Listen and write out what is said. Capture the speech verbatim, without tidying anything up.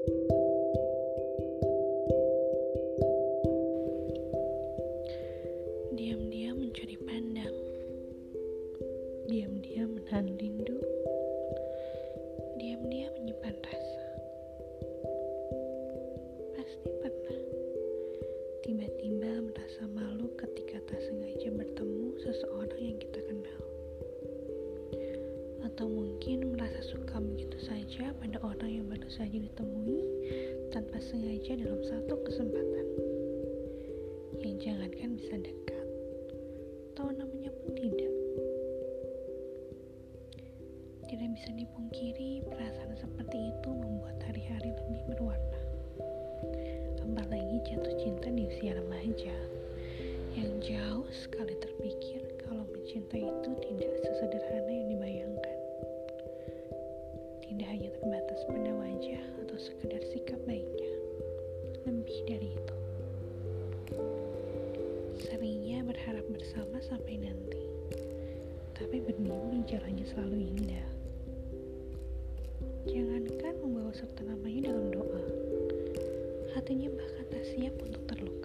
Diam-diam mencuri pandang, diam-diam menahan rindu, diam-diam menyimpan rasa. Pasti pernah tiba-tiba merasa malu ketika tak sengaja bertemu seseorang yang kita kenal, atau mungkin merasa suka begitu saja pada orang yang baru saja ditemui tanpa sengaja dalam satu kesempatan, yang jangankan bisa dekat, tahu namanya pun tidak. Tidak bisa dipungkiri, perasaan seperti itu membuat hari-hari lebih berwarna. Apalagi jatuh cinta di usia remaja, yang jauh sekali terpikir kalau mencintai itu tidak sesederhana yang dibayangkan. Tidak hanya terbatas pada wajah atau sekedar sikap baiknya, lebih dari itu. Seringnya berharap bersama sampai nanti, tapi bermimpi jalannya selalu indah. Jangankan membawa serta namanya dalam doa, hatinya bahkan tak siap untuk terluka.